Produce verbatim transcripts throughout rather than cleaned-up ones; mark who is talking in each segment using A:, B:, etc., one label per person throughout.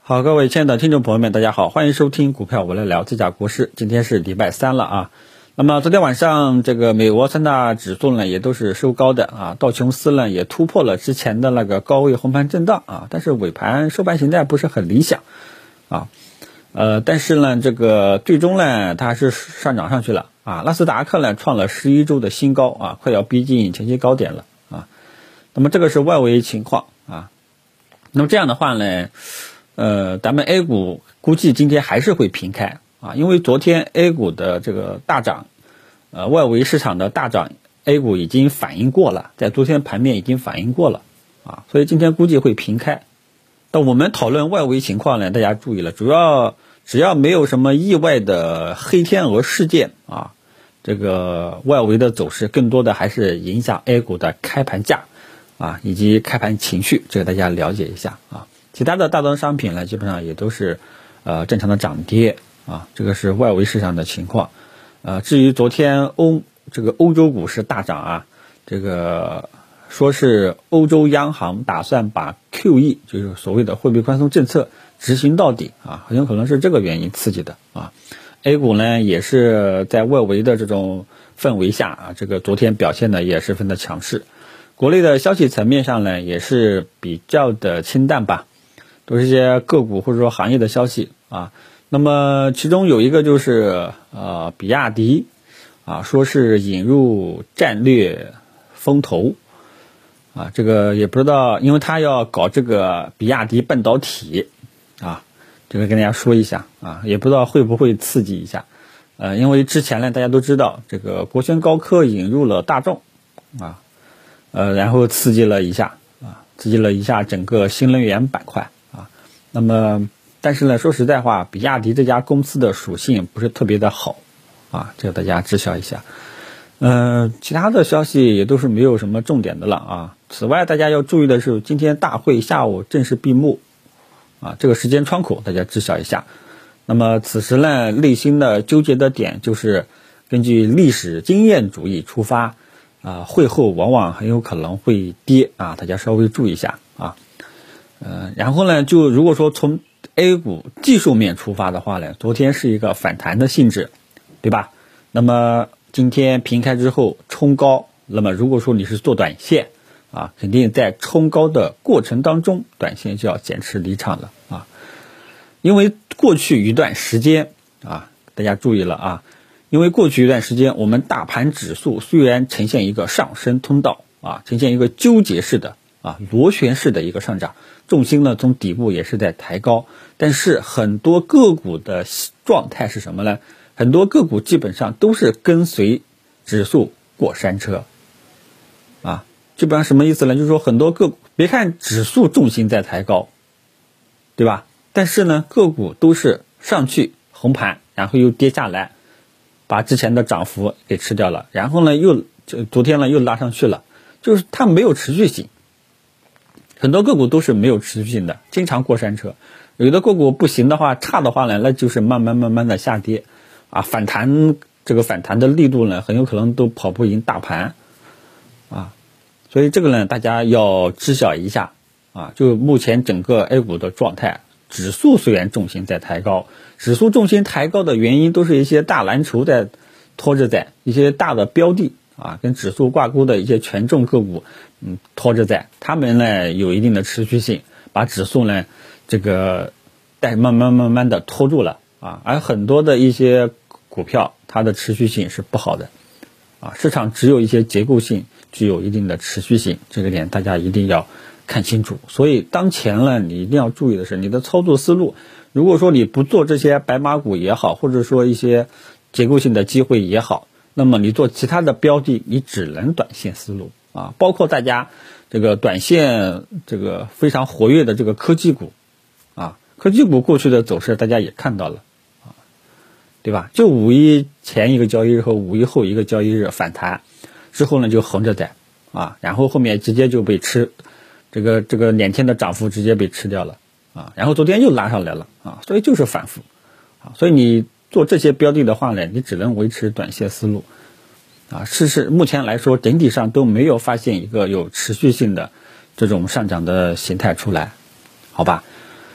A: 好，各位亲爱的听众朋友们，大家好，欢迎收听股票我来聊这家国事。今天是礼拜三了啊。那么昨天晚上这个美国三大指数呢也都是收高的啊，道琼斯呢也突破了之前的那个高位红盘震荡啊，但是尾盘收盘形态不是很理想啊。呃，但是呢这个最终呢它是上涨上去了啊，纳斯达克呢创了十一周的新高啊，快要逼近前期高点了啊。那么这个是外围情况啊。那么这样的话呢，呃，咱们 A 股估计今天还是会平开啊，因为昨天 A 股的这个大涨，呃，外围市场的大涨 ，A 股已经反应过了，在昨天盘面已经反应过了啊，所以今天估计会平开。但我们讨论外围情况呢，大家注意了，主要只要没有什么意外的黑天鹅事件啊，这个外围的走势更多的还是影响 A 股的开盘价啊，以及开盘情绪，这个大家了解一下啊。其他的大宗商品呢，基本上也都是呃正常的涨跌啊，这个是外围市场的情况。呃，至于昨天欧这个欧洲股市大涨啊，这个说是欧洲央行打算把 Q E 就是所谓的货币宽松政策执行到底啊，很有可能是这个原因刺激的啊。A 股呢也是在外围的这种氛围下啊，这个昨天表现的也十分的强势。国内的消息层面上呢，也是比较的清淡吧。都是一些个股或者说行业的消息啊，那么其中有一个就是呃比亚迪啊，说是引入战略风投啊，这个也不知道，因为他要搞这个比亚迪半导体啊，这个跟大家说一下啊，也不知道会不会刺激一下，呃，因为之前呢大家都知道这个国轩高科引入了大众啊，呃，然后刺激了一下啊，刺激了一下整个新能源板块。那么，但是呢，说实在话，比亚迪这家公司的属性不是特别的好，啊，这个大家知晓一下。嗯、呃，其他的消息也都是没有什么重点的了啊。此外，大家要注意的是，今天大会下午正式闭幕，啊，这个时间窗口大家知晓一下。那么此时呢，内心的纠结的点就是根据历史经验主义出发，啊，会后往往很有可能会跌啊，大家稍微注意一下啊。呃，然后呢，就如果说从 A 股技术面出发的话呢，昨天是一个反弹的性质，对吧？那么今天平开之后冲高，那么如果说你是做短线啊，肯定在冲高的过程当中，短线就要减持离场了啊。因为过去一段时间啊，大家注意了啊，因为过去一段时间，我们大盘指数虽然呈现一个上升通道啊，呈现一个纠结式的啊螺旋式的一个上涨。重心呢从底部也是在抬高，但是很多个股的状态是什么呢？很多个股基本上都是跟随指数过山车啊，基本上什么意思呢？就是说很多个股，别看指数重心在抬高，对吧？但是呢个股都是上去红盘，然后又跌下来，把之前的涨幅给吃掉了，然后呢又就昨天呢又拉上去了，就是它没有持续性。很多个股都是没有持续性的，经常过山车。有的个股不行的话，差的话呢，那就是慢慢慢慢的下跌，啊，反弹这个反弹的力度呢，很有可能都跑不赢大盘，啊，所以这个呢，大家要知晓一下，啊，就目前整个 A 股的状态，指数虽然重心在抬高，指数重心抬高的原因都是一些大蓝筹在拖着在，一些大的标的。啊，跟指数挂钩的一些权重个股，嗯，拖着在，他们呢有一定的持续性，把指数呢这个带慢慢慢慢的拖住了啊，而很多的一些股票，它的持续性是不好的，啊，市场只有一些结构性具有一定的持续性，这个点大家一定要看清楚。所以当前呢，你一定要注意的是你的操作思路，如果说你不做这些白马股也好，或者说一些结构性的机会也好。那么你做其他的标的，你只能短线思路啊，包括大家这个短线这个非常活跃的这个科技股啊，科技股过去的走势大家也看到了啊，对吧？就五一前一个交易日和五一后一个交易日反弹之后呢，就横着在啊，然后后面直接就被吃，这个这个两天的涨幅直接被吃掉了啊，然后昨天又拉上来了啊，所以就是反复啊，所以你。做这些标的的话呢，你只能维持短线思路，啊，事实目前来说整体上都没有发现一个有持续性的这种上涨的形态出来，好吧？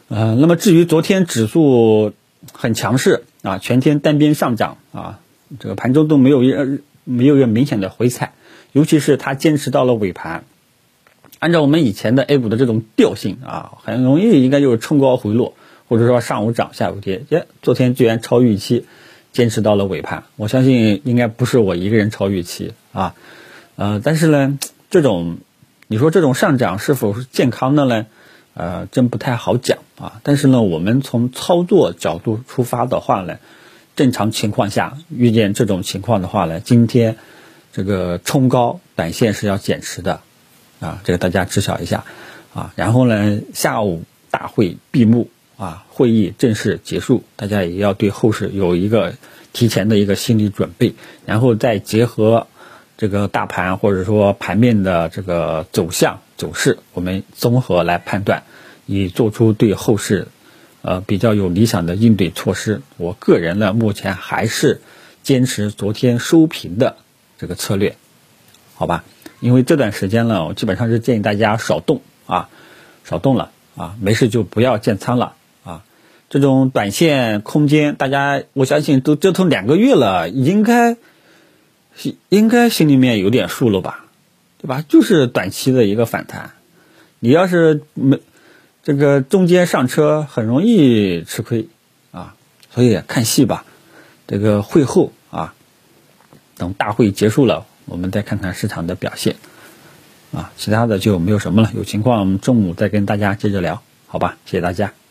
A: 呃，那么至于昨天指数很强势啊，全天单边上涨啊，这个盘中都没有一没有一个明显的回踩，尤其是它坚持到了尾盘。按照我们以前的 A 股的这种调性啊，很容易应该就是冲高回落，或者说上午涨下午跌。耶，昨天居然超预期，坚持到了尾盘。我相信应该不是我一个人超预期啊，呃，但是呢，这种你说这种上涨是否是健康的呢？呃，真不太好讲啊。但是呢，我们从操作角度出发的话呢，正常情况下遇见这种情况的话呢，今天这个冲高短线是要减持的。啊，这个大家知晓一下啊。然后呢，下午大会闭幕啊，会议正式结束，大家也要对后市有一个提前的一个心理准备，然后再结合这个大盘或者说盘面的这个走向走势，我们综合来判断，以做出对后市呃比较有理想的应对措施。我个人呢，目前还是坚持昨天收平的这个策略，好吧？因为这段时间呢，我基本上是建议大家少动啊，少动了啊，没事就不要建仓了啊。这种短线空间，大家我相信都折腾两个月了，应该应该心里面有点数了吧，对吧？就是短期的一个反弹，你要是没这个中间上车，很容易吃亏啊。所以看戏吧，这个会后啊，等大会结束了，我们再看看市场的表现啊，其他的就没有什么了。有情况我们中午再跟大家接着聊，好吧？谢谢大家。